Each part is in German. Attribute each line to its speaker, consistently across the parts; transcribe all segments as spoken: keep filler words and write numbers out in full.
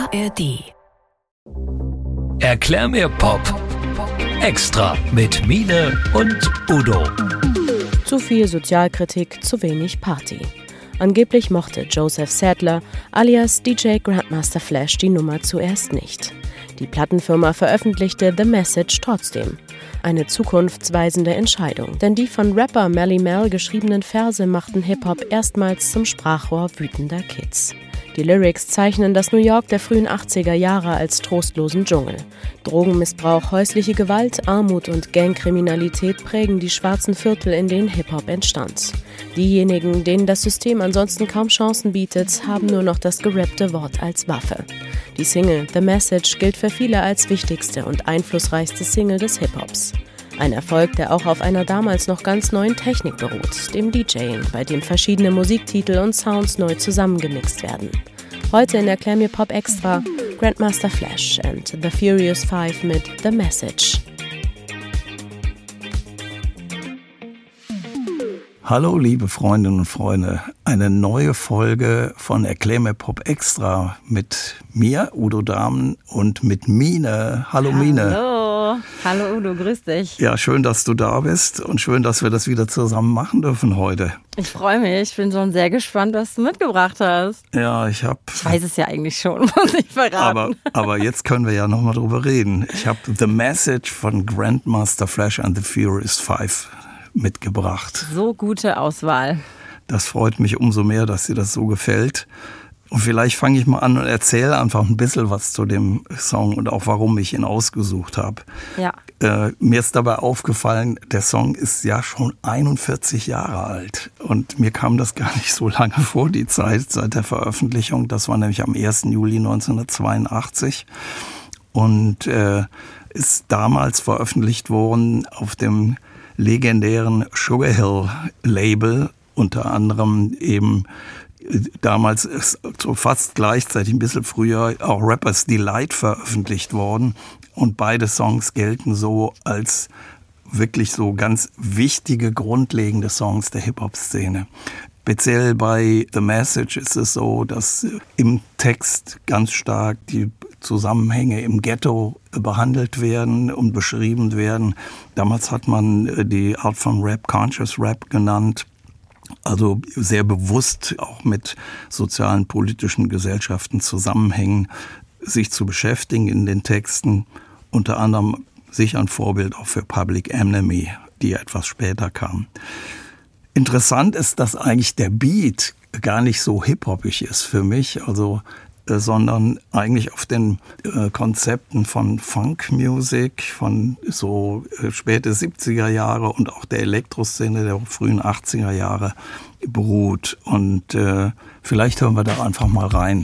Speaker 1: A R D.
Speaker 2: Erklär mir Pop. Extra mit Mine und Udo.
Speaker 3: Zu viel Sozialkritik, zu wenig Party. Angeblich mochte Joseph Sadler alias D J Grandmaster Flash die Nummer zuerst nicht. Die Plattenfirma veröffentlichte The Message trotzdem. Eine zukunftsweisende Entscheidung, denn die von Rapper Melle Mel geschriebenen Verse machten Hip-Hop erstmals zum Sprachrohr wütender Kids. Die Lyrics zeichnen das New York der frühen achtziger Jahre als trostlosen Dschungel. Drogenmissbrauch, häusliche Gewalt, Armut und Gangkriminalität prägen die schwarzen Viertel, in denen Hip-Hop entstand. Diejenigen, denen das System ansonsten kaum Chancen bietet, haben nur noch das gerappte Wort als Waffe. Die Single The Message gilt für viele als wichtigste und einflussreichste Single des Hip-Hops. Ein Erfolg, der auch auf einer damals noch ganz neuen Technik beruht, dem DJing, bei dem verschiedene Musiktitel und Sounds neu zusammengemixt werden. Heute in Erklär mir Pop Extra, Grandmaster Flash and The Furious Five mit The Message.
Speaker 4: Hallo liebe Freundinnen und Freunde, eine neue Folge von Erklär mir Pop Extra mit mir, Udo Dahmen, und mit Mine. Hallo Mine.
Speaker 5: Hallo, hallo Udo, grüß dich.
Speaker 4: Ja, schön, dass du da bist und schön, dass wir das wieder zusammen machen dürfen heute.
Speaker 5: Ich freue mich, ich bin schon sehr gespannt, was du mitgebracht hast.
Speaker 4: Ja, ich habe...
Speaker 5: Ich weiß es ja eigentlich schon, muss ich verraten.
Speaker 4: Aber, aber jetzt können wir ja nochmal drüber reden. Ich habe The Message von Grandmaster Flash and the Furious Five mitgebracht.
Speaker 5: So gute Auswahl.
Speaker 4: Das freut mich umso mehr, dass dir das so gefällt. Und vielleicht fange ich mal an und erzähle einfach ein bisschen was zu dem Song und auch warum ich ihn ausgesucht habe.
Speaker 5: Ja.
Speaker 4: Äh, mir ist dabei aufgefallen, der Song ist ja schon einundvierzig Jahre alt. Und mir kam das gar nicht so lange vor, die Zeit seit der Veröffentlichung. Das war nämlich am ersten Juli neunzehnhundertzweiundachtzig. Und äh, ist damals veröffentlicht worden auf dem legendären Sugar Hill Label, unter anderem eben damals ist so fast gleichzeitig, ein bisschen früher, auch Rapper's Delight veröffentlicht worden. Und beide Songs gelten so als wirklich so ganz wichtige, grundlegende Songs der Hip-Hop-Szene. Speziell bei The Message ist es so, dass im Text ganz stark die Zusammenhänge im Ghetto behandelt werden und beschrieben werden. Damals hat man die Art von Rap Conscious Rap genannt. Also sehr bewusst auch mit sozialen, politischen, Gesellschaften Zusammenhängen sich zu beschäftigen in den Texten. Unter anderem sicher ein Vorbild auch für Public Enemy, die etwas später kam. Interessant ist, dass eigentlich der Beat gar nicht so hip-hoppig ist für mich, also äh, sondern eigentlich auf den äh, Konzepten von Funk-Music, von so äh, späte siebziger Jahre und auch der Elektroszene der frühen achtziger Jahre beruht. Und äh, vielleicht hören wir da einfach mal rein.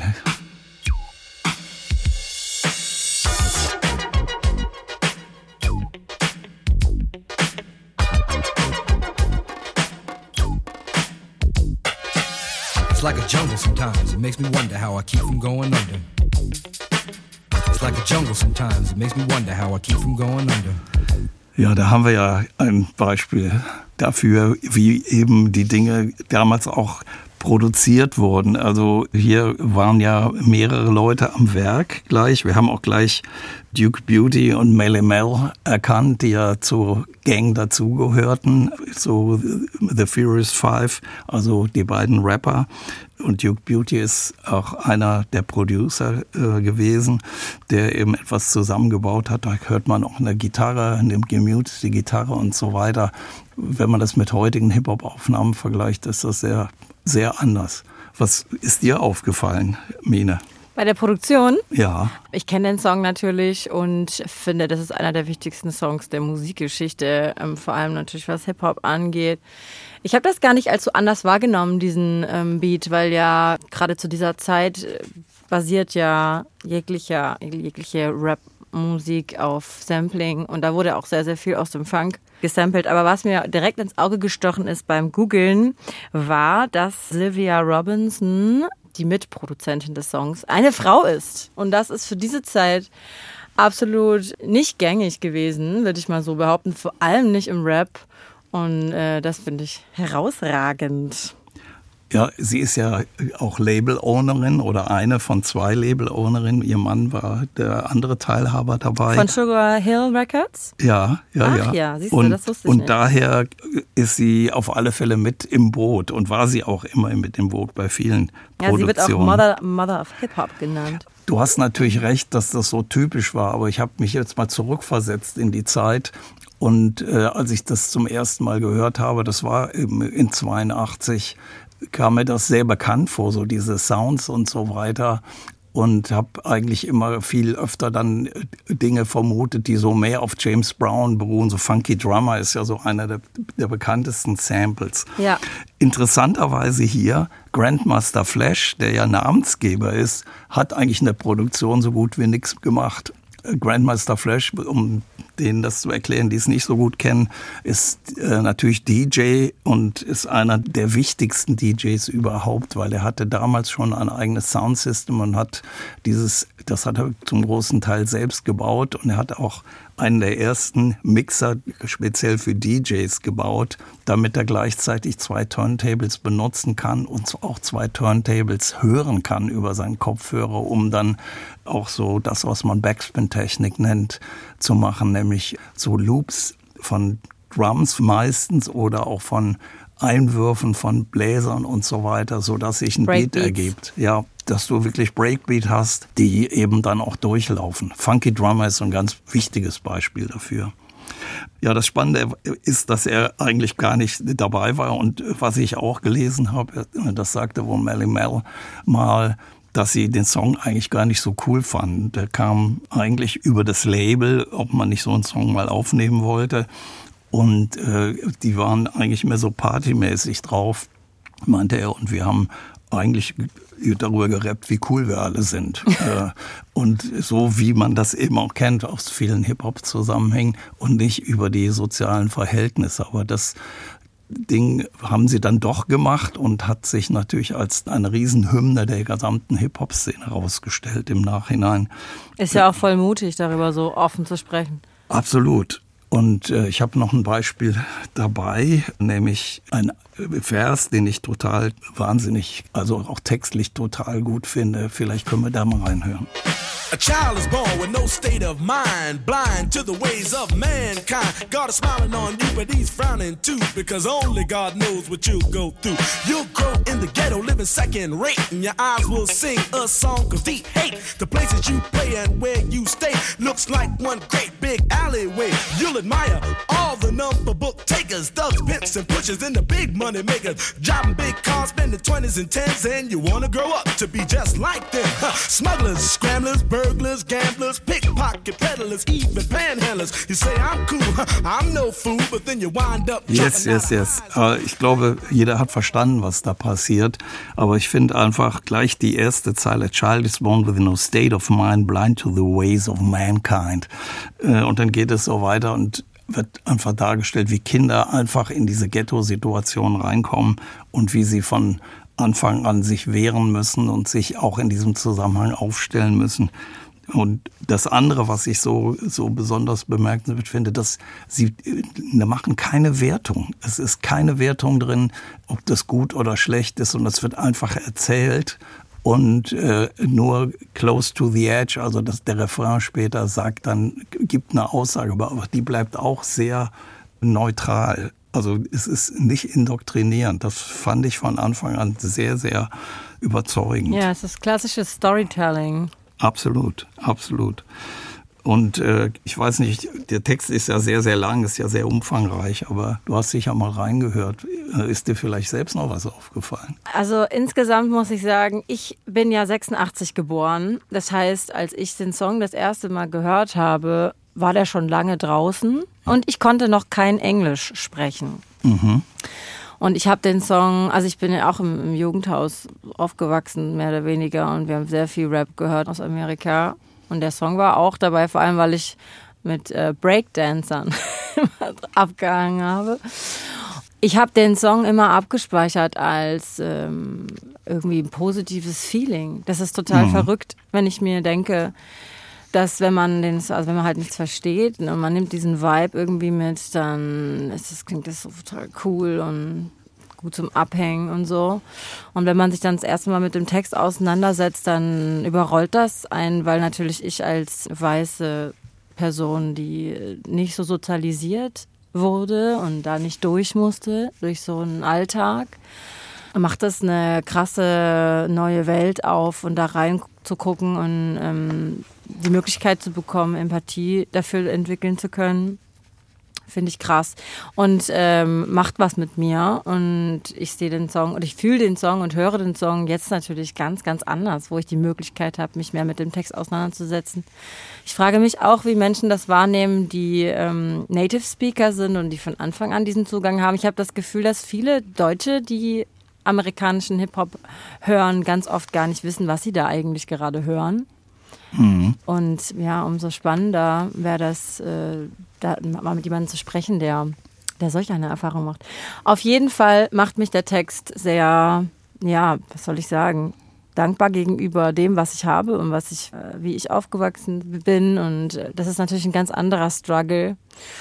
Speaker 6: It's like a jungle sometimes, it makes me wonder how I keep from going under. It's like a jungle sometimes, it makes me wonder how I keep from going under.
Speaker 4: Ja, da haben wir ja ein Beispiel dafür, wie eben die Dinge damals auch produziert wurden. Also hier waren ja mehrere Leute am Werk gleich. Wir haben auch gleich Duke Beauty und Melle Mel erkannt, die ja zur Gang dazugehörten, so The Furious Five, also die beiden Rapper. Und Duke Beauty ist auch einer der Producer äh, gewesen, der eben etwas zusammengebaut hat. Da hört man auch eine Gitarre, eine gemutete Gitarre und so weiter. Wenn man das mit heutigen Hip-Hop-Aufnahmen vergleicht, ist das sehr, sehr anders. Was ist dir aufgefallen, Mine?
Speaker 5: Bei der Produktion?
Speaker 4: Ja.
Speaker 5: Ich kenne den Song natürlich und finde, das ist einer der wichtigsten Songs der Musikgeschichte, ähm, vor allem natürlich was Hip-Hop angeht. Ich habe das gar nicht allzu anders wahrgenommen, diesen ähm, Beat, weil ja gerade zu dieser Zeit äh, basiert ja jeglicher, jegliche Rap-Musik auf Sampling und da wurde auch sehr, sehr viel aus dem Funk gesampelt. Aber was mir direkt ins Auge gestochen ist beim Googlen, war, dass Sylvia Robinson, die Mitproduzentin des Songs, eine Frau ist. Und das ist für diese Zeit absolut nicht gängig gewesen, würde ich mal so behaupten, vor allem nicht im Rap. Und äh, das finde ich herausragend.
Speaker 4: Ja, sie ist ja auch Label-Ownerin oder eine von zwei Label-Ownerinnen. Ihr Mann war der andere Teilhaber dabei.
Speaker 5: Von Sugar Hill Records?
Speaker 4: Ja, ja,
Speaker 5: Ach,
Speaker 4: ja.
Speaker 5: ja, siehst du,
Speaker 4: und,
Speaker 5: das wusste ich
Speaker 4: Und
Speaker 5: nicht.
Speaker 4: daher ist sie auf alle Fälle mit im Boot und war sie auch immer mit im Boot bei vielen
Speaker 5: Ja,
Speaker 4: Produktionen.
Speaker 5: sie wird auch Mother, Mother of Hip-Hop genannt.
Speaker 4: Du hast natürlich recht, dass das so typisch war, aber ich habe mich jetzt mal zurückversetzt in die Zeit. Und äh, als ich das zum ersten Mal gehört habe, das war eben in zweiundachtzig, kam mir das sehr bekannt vor, so diese Sounds und so weiter. Und habe eigentlich immer viel öfter dann Dinge vermutet, die so mehr auf James Brown beruhen. So Funky Drummer ist ja so einer der, der bekanntesten Samples.
Speaker 5: Ja.
Speaker 4: Interessanterweise hier, Grandmaster Flash, der ja Namensgeber ist, hat eigentlich in der Produktion so gut wie nichts gemacht. Grandmaster Flash, um denen das zu erklären, die es nicht so gut kennen, ist äh, natürlich D J und ist einer der wichtigsten D Js überhaupt, weil er hatte damals schon ein eigenes Soundsystem und hat dieses, das hat er zum großen Teil selbst gebaut und er hat auch einen der ersten Mixer speziell für D Js gebaut, damit er gleichzeitig zwei Turntables benutzen kann und auch zwei Turntables hören kann über seinen Kopfhörer, um dann auch so das, was man Backspin-Technik nennt, zu machen, nämlich so Loops von Drums meistens oder auch von Einwürfen von Bläsern und so weiter, sodass sich ein Beat ergibt. Ja, dass du wirklich Breakbeat hast, die eben dann auch durchlaufen. Funky Drummer ist so ein ganz wichtiges Beispiel dafür. Ja, das Spannende ist, dass er eigentlich gar nicht dabei war. Und was ich auch gelesen habe, das sagte wohl Melle Mel mal, dass sie den Song eigentlich gar nicht so cool fanden. Der kam eigentlich über das Label, ob man nicht so einen Song mal aufnehmen wollte. Und äh, die waren eigentlich mehr so partymäßig drauf, meinte er. Und wir haben eigentlich darüber gerappt, wie cool wir alle sind. äh, und so wie man das eben auch kennt aus vielen Hip-Hop-Zusammenhängen und nicht über die sozialen Verhältnisse. Aber das Ding haben sie dann doch gemacht und hat sich natürlich als eine Riesenhymne der gesamten Hip-Hop-Szene herausgestellt im Nachhinein.
Speaker 5: Ist ja auch voll mutig, darüber so offen zu sprechen.
Speaker 4: Absolut. Und äh, ich habe noch ein Beispiel dabei, nämlich ein Vers, den ich total wahnsinnig, also auch textlich total gut finde. Vielleicht können wir da mal reinhören.
Speaker 1: A child is born with no state of mind, blind to the ways of mankind. God is smiling on you, but he's frowning too, because only God knows what you'll go through. You'll grow in the ghetto, living second rate, and your eyes will sing a song of deep hate. The places you play and where you stay looks like one great big alleyway. You'll admire all the number book takers, thugs, pimps, and pushers, and the big money makers, driving big cars, spending twenties and tens, and you wanna grow up to be just like them. Huh. Smugglers, scramblers, burglars, gamblers, pickpocket peddlers, even panhandlers. You say I'm cool, I'm no fool, but then you wind up.
Speaker 4: Yes, yes, yes. Aber ich glaube, jeder hat verstanden, was da passiert. Aber ich finde einfach gleich die erste Zeile: Child is born with no state of mind, blind to the ways of mankind. Und dann geht es so weiter und wird einfach dargestellt, wie Kinder einfach in diese Ghetto-Situation reinkommen und wie sie von Anfang an sich wehren müssen und sich auch in diesem Zusammenhang aufstellen müssen. Und das andere, was ich so, so besonders bemerkenswert finde, dass sie machen keine Wertung. Es ist keine Wertung drin, ob das gut oder schlecht ist, und es wird einfach erzählt. Und äh, nur close to the edge, also dass der Refrain später sagt, dann gibt eine Aussage, aber die bleibt auch sehr neutral. Also es ist nicht indoktrinierend. Das fand ich von Anfang an sehr, sehr überzeugend.
Speaker 5: Ja, es ist klassisches Storytelling.
Speaker 4: Absolut, absolut. Und äh, ich weiß nicht, der Text ist ja sehr, sehr lang, ist ja sehr umfangreich, aber du hast sicher mal reingehört. Ist dir vielleicht selbst noch was aufgefallen?
Speaker 5: Also insgesamt muss ich sagen, ich bin ja sechsundachtzig geboren. Das heißt, als ich den Song das erste Mal gehört habe, war der schon lange draußen und ich konnte noch kein Englisch sprechen. Mhm. Und ich habe den Song, also ich bin ja auch im, im Jugendhaus aufgewachsen, mehr oder weniger, und wir haben sehr viel Rap gehört aus Amerika. Und der Song war auch dabei, vor allem, weil ich mit äh, Breakdancern abgehangen habe. Ich habe den Song immer abgespeichert als ähm, irgendwie ein positives Feeling. Das ist total mhm. verrückt, wenn ich mir denke, dass wenn man den, also wenn man halt nichts versteht und man nimmt diesen Vibe irgendwie mit, dann ist das, klingt das so total cool und gut zum Abhängen und so. Und wenn man sich dann das erste Mal mit dem Text auseinandersetzt, dann überrollt das einen, weil natürlich ich als weiße Person, die nicht so sozialisiert wurde und da nicht durch musste, durch so einen Alltag, macht das eine krasse neue Welt auf und da rein zu gucken und ähm, die Möglichkeit zu bekommen, Empathie dafür entwickeln zu können, finde ich krass und ähm, macht was mit mir und ich sehe den Song und ich fühle den Song und höre den Song jetzt natürlich ganz, ganz anders, wo ich die Möglichkeit habe, mich mehr mit dem Text auseinanderzusetzen. Ich frage mich auch, wie Menschen das wahrnehmen, die ähm, Native Speaker sind und die von Anfang an diesen Zugang haben. Ich habe das Gefühl, dass viele Deutsche, die amerikanischen Hip-Hop hören, ganz oft gar nicht wissen, was sie da eigentlich gerade hören. Mhm. Und ja, umso spannender wäre das, äh, da mal mit jemandem zu sprechen, der, der solch eine Erfahrung macht. Auf jeden Fall macht mich der Text sehr, ja, was soll ich sagen, dankbar gegenüber dem, was ich habe und was ich, äh, wie ich aufgewachsen bin. Und äh, das ist natürlich ein ganz anderer Struggle.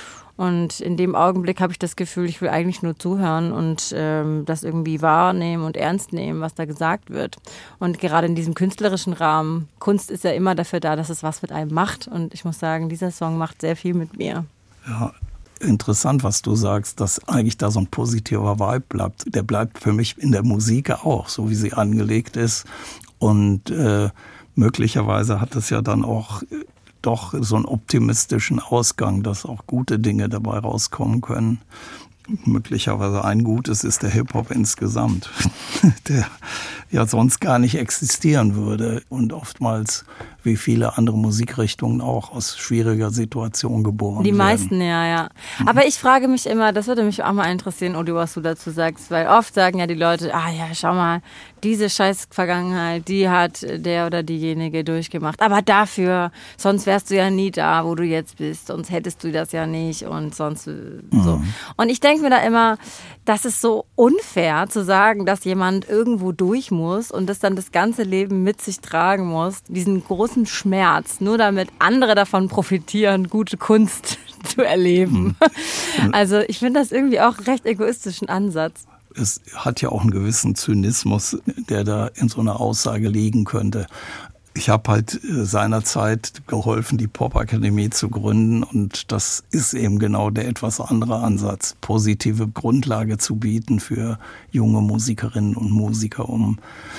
Speaker 5: Und in dem Augenblick habe ich das Gefühl, ich will eigentlich nur zuhören und ähm, das irgendwie wahrnehmen und ernst nehmen, was da gesagt wird. Und gerade in diesem künstlerischen Rahmen, Kunst ist ja immer dafür da, dass es was mit einem macht. Und ich muss sagen, dieser Song macht sehr viel mit mir.
Speaker 4: Ja, interessant, was du sagst, dass eigentlich da so ein positiver Vibe bleibt. Der bleibt für mich in der Musik auch, so wie sie angelegt ist. Und äh, möglicherweise hat es ja dann auch doch so einen optimistischen Ausgang, dass auch gute Dinge dabei rauskommen können. Möglicherweise ein Gutes ist der Hip-Hop insgesamt, der ja sonst gar nicht existieren würde und oftmals, wie viele andere Musikrichtungen, auch aus schwieriger Situation geboren
Speaker 5: Die
Speaker 4: werden.
Speaker 5: meisten, ja, ja. Aber ich frage mich immer, das würde mich auch mal interessieren, Odi, was du dazu sagst, weil oft sagen ja die Leute, ah ja, schau mal, diese scheiß Vergangenheit, die hat der oder diejenige durchgemacht. Aber dafür, sonst wärst du ja nie da, wo du jetzt bist, sonst hättest du das ja nicht und sonst so. Mhm. Und ich denke mir da immer, das ist so unfair zu sagen, dass jemand irgendwo durch muss und das dann das ganze Leben mit sich tragen muss, diesen großen Schmerz, nur damit andere davon profitieren, gute Kunst zu erleben. Mhm. Also ich finde das irgendwie auch einen recht egoistischen Ansatz.
Speaker 4: Es hat ja auch einen gewissen Zynismus, der da in so einer Aussage liegen könnte. Ich habe halt seinerzeit geholfen, die Popakademie zu gründen und das ist eben genau der etwas andere Ansatz, positive Grundlage zu bieten für junge Musikerinnen und Musiker, um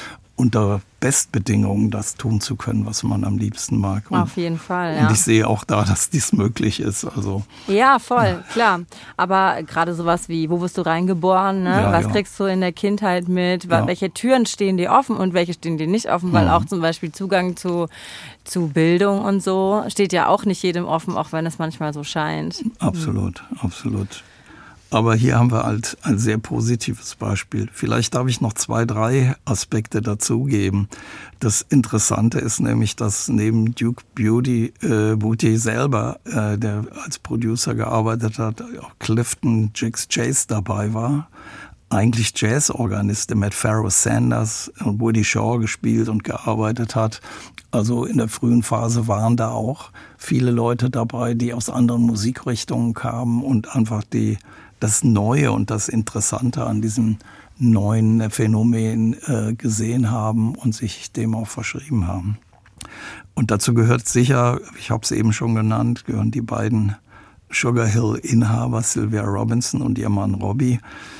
Speaker 4: unter Bestbedingungen das tun zu können, was man am liebsten mag. Und,
Speaker 5: auf jeden Fall, ja.
Speaker 4: Und ich sehe auch da, dass dies möglich ist. Also,
Speaker 5: ja, voll, ja. Klar. Aber gerade sowas wie, wo wirst du reingeboren? Ne?
Speaker 4: Ja,
Speaker 5: was
Speaker 4: ja.
Speaker 5: kriegst du in der Kindheit mit?
Speaker 4: Ja.
Speaker 5: Welche Türen stehen dir offen und welche stehen dir nicht offen? Weil mhm. auch zum Beispiel Zugang zu, zu Bildung und so steht ja auch nicht jedem offen, auch wenn es manchmal so scheint.
Speaker 4: Absolut, mhm. absolut. Aber hier haben wir halt ein sehr positives Beispiel. Vielleicht darf ich noch zwei, drei Aspekte dazugeben. Das Interessante ist nämlich, dass neben Duke Beauty, äh, Booty selber, äh, der als Producer gearbeitet hat, auch Clifton Jiggs Chase dabei war. Eigentlich Jazzorganist mit Pharoah Sanders und Woody Shaw gespielt und gearbeitet hat. Also in der frühen Phase waren da auch viele Leute dabei, die aus anderen Musikrichtungen kamen und einfach die das Neue und das Interessante an diesem neuen Phänomen äh, gesehen haben und sich dem auch verschrieben haben. Und dazu gehört sicher, ich habe es eben schon genannt, gehören die beiden Sugar Hill-Inhaber, Sylvia Robinson und ihr Mann Robbie,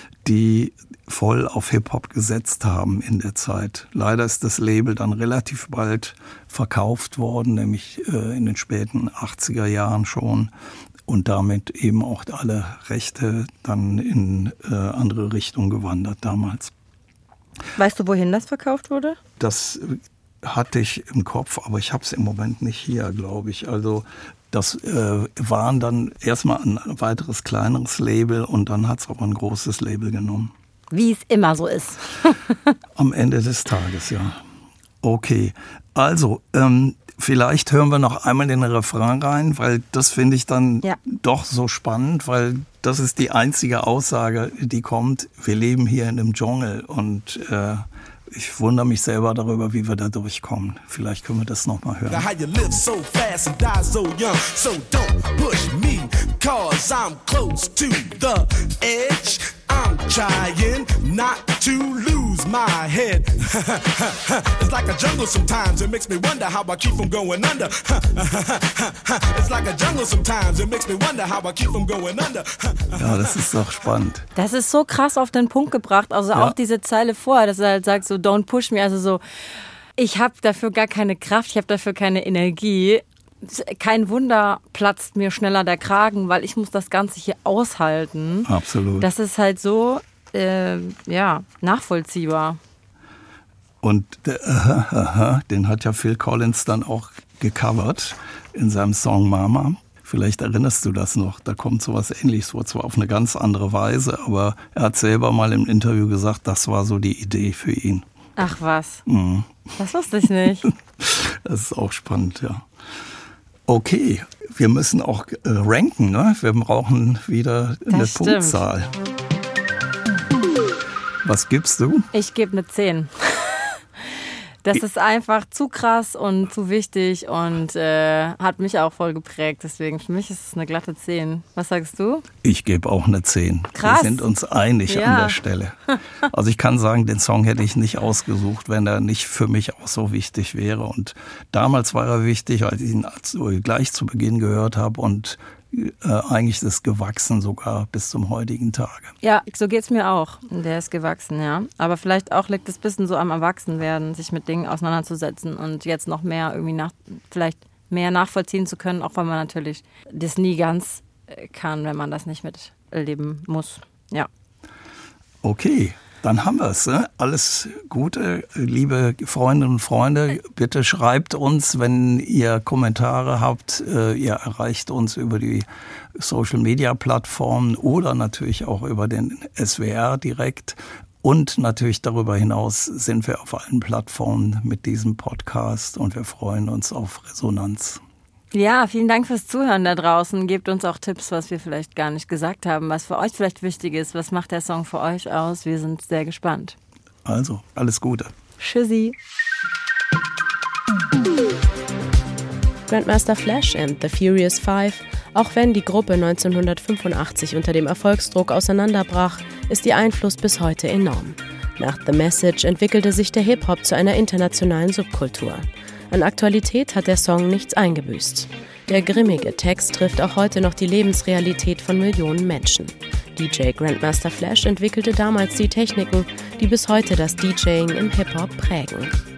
Speaker 4: die voll auf Hip-Hop gesetzt haben in der Zeit. Leider ist das Label dann relativ bald verkauft worden, nämlich äh, in den späten achtziger Jahren schon. Und damit eben auch alle Rechte dann in äh, andere Richtungen gewandert damals.
Speaker 5: Weißt du, wohin das verkauft wurde?
Speaker 4: Das hatte ich im Kopf, aber ich habe es im Moment nicht hier, glaube ich. Also das äh, waren dann erstmal ein weiteres kleineres Label und dann hat es aber ein großes Label genommen.
Speaker 5: Wie es immer so ist.
Speaker 4: Am Ende des Tages, ja. Okay, also ähm, vielleicht hören wir noch einmal den Refrain rein, weil das finde ich dann ja. doch so spannend, weil das ist die einzige Aussage, die kommt. Wir leben hier in einem Dschungel und äh, ich wundere mich selber darüber, wie wir da durchkommen. Vielleicht können wir das noch mal hören.
Speaker 1: How you live so fast and die so young, so don't push me, cause I'm close to the edge. I'm trying not to lose my head. It's like a jungle sometimes, it makes me wonder how I keep from going under. It's like a jungle sometimes, it makes me wonder how I keep from going under.
Speaker 4: Ja, das ist doch spannend.
Speaker 5: Das ist so krass auf den Punkt gebracht, also
Speaker 4: ja.
Speaker 5: auch diese Zeile vorher, dass er halt sagt so, don't push me, also so, ich habe dafür gar keine Kraft, ich habe dafür keine Energie. Kein Wunder platzt mir schneller der Kragen, weil ich muss das Ganze hier aushalten.
Speaker 4: Absolut.
Speaker 5: Das ist halt so, äh, ja, nachvollziehbar.
Speaker 4: Und der, aha, aha, den hat ja Phil Collins dann auch gecovert in seinem Song Mama. Vielleicht erinnerst du das noch, da kommt sowas Ähnliches vor, zwar auf eine ganz andere Weise, aber er hat selber mal im Interview gesagt, das war so die Idee für ihn.
Speaker 5: Ach was,
Speaker 4: Mhm.
Speaker 5: Das wusste ich nicht.
Speaker 4: Das ist auch spannend, ja. Okay, wir müssen auch äh, ranken, ne? Wir brauchen wieder eine
Speaker 5: Das stimmt.
Speaker 4: Punktzahl. Was gibst du?
Speaker 5: Ich gebe eine zehn. Das ist einfach zu krass und zu wichtig und äh, hat mich auch voll geprägt. Deswegen für mich ist es eine glatte zehn. Was sagst du?
Speaker 4: Ich gebe auch eine zehn.
Speaker 5: Krass.
Speaker 4: Wir sind uns einig
Speaker 5: Ja.
Speaker 4: an der Stelle. Also ich kann sagen, den Song hätte ich nicht ausgesucht, wenn er nicht für mich auch so wichtig wäre. Und damals war er wichtig, als ich ihn gleich zu Beginn gehört habe und äh, eigentlich ist es gewachsen sogar bis zum heutigen Tage.
Speaker 5: Ja, so geht's mir auch. Der ist gewachsen, ja. Aber vielleicht auch liegt es ein bisschen so am Erwachsenwerden, sich mit Dingen auseinanderzusetzen und jetzt noch mehr irgendwie nach, vielleicht mehr nachvollziehen zu können, auch weil man natürlich das nie ganz kann, wenn man das nicht miterleben muss. Ja.
Speaker 4: Okay, dann haben wir es. Ne? Alles Gute, liebe Freundinnen und Freunde. Bitte schreibt uns, wenn ihr Kommentare habt. Ihr erreicht uns über die Social-Media-Plattformen oder natürlich auch über den S W R direkt. Und natürlich darüber hinaus sind wir auf allen Plattformen mit diesem Podcast und wir freuen uns auf Resonanz.
Speaker 5: Ja, vielen Dank fürs Zuhören da draußen. Gebt uns auch Tipps, was wir vielleicht gar nicht gesagt haben, was für euch vielleicht wichtig ist. Was macht der Song für euch aus? Wir sind sehr gespannt.
Speaker 4: Also, alles Gute.
Speaker 5: Tschüssi.
Speaker 3: Grandmaster Flash and the Furious Five. Auch wenn die Gruppe neunzehnhundertfünfundachtzig unter dem Erfolgsdruck auseinanderbrach, ist ihr Einfluss bis heute enorm. Nach The Message entwickelte sich der Hip-Hop zu einer internationalen Subkultur. An Aktualität hat der Song nichts eingebüßt. Der grimmige Text trifft auch heute noch die Lebensrealität von Millionen Menschen. D J Grandmaster Flash entwickelte damals die Techniken, die bis heute das DJing im Hip-Hop prägen.